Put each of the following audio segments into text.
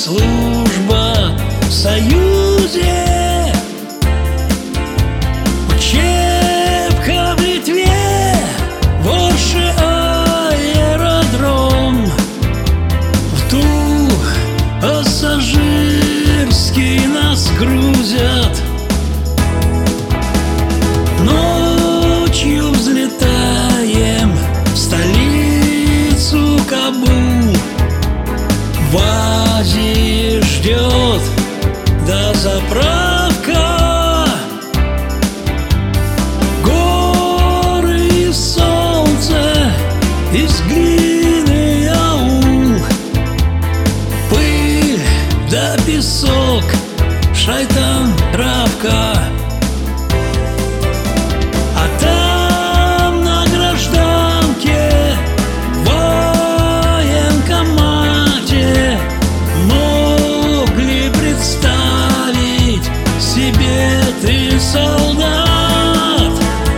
служба в Союзе, учебка в Литве, Ворше аэродром, в Ту пассажирский нас грузят. Ночью взлетаем в столицу Кабул. В Азии ждет дозаправка, горы и солнце, из глины аул, пыль да песок, шайтан, травка. А там на гражданке, в военкомате, могли представить себе ты солдат,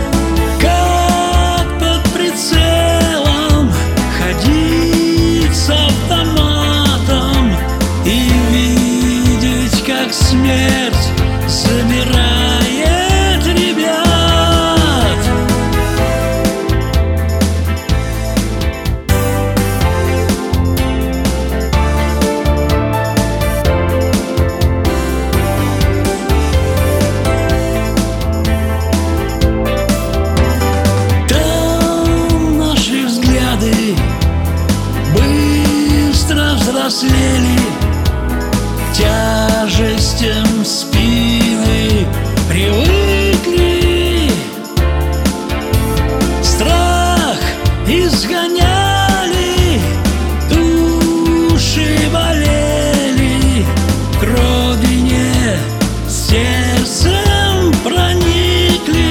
как под прицелом ходить с автоматом и видеть, как смерть забирает ребят. Быстро взрослели, к тяжестям спины привыкли, страх изгоняли, души болели, к родине сердцем проникли.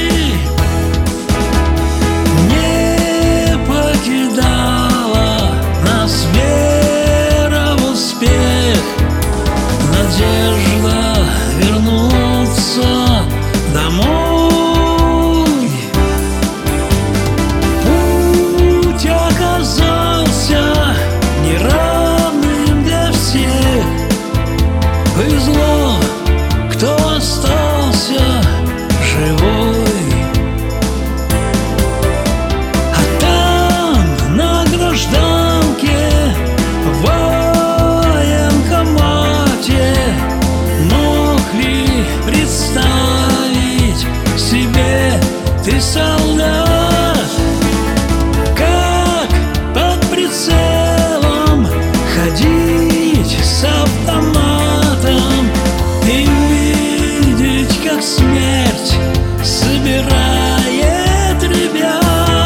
Не покидала нас вера в успех, надежда вернуться домой. Путь оказался неравным для всех. Повезло, кто остался живой. Гражданке, в военкомате, мог ли представить себе ты солдат, как под прицелом ходить с автоматом и видеть, как смерть собирает ребят.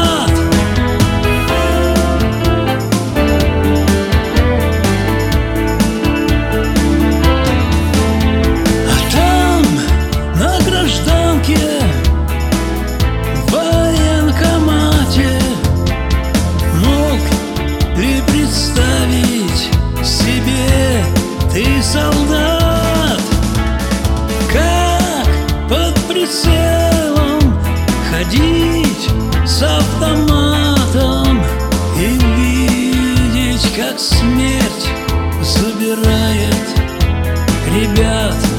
В военкомате мог ли представить себе ты солдат, как под прицелом ходить с автоматом и видеть, как смерть забирает ребят.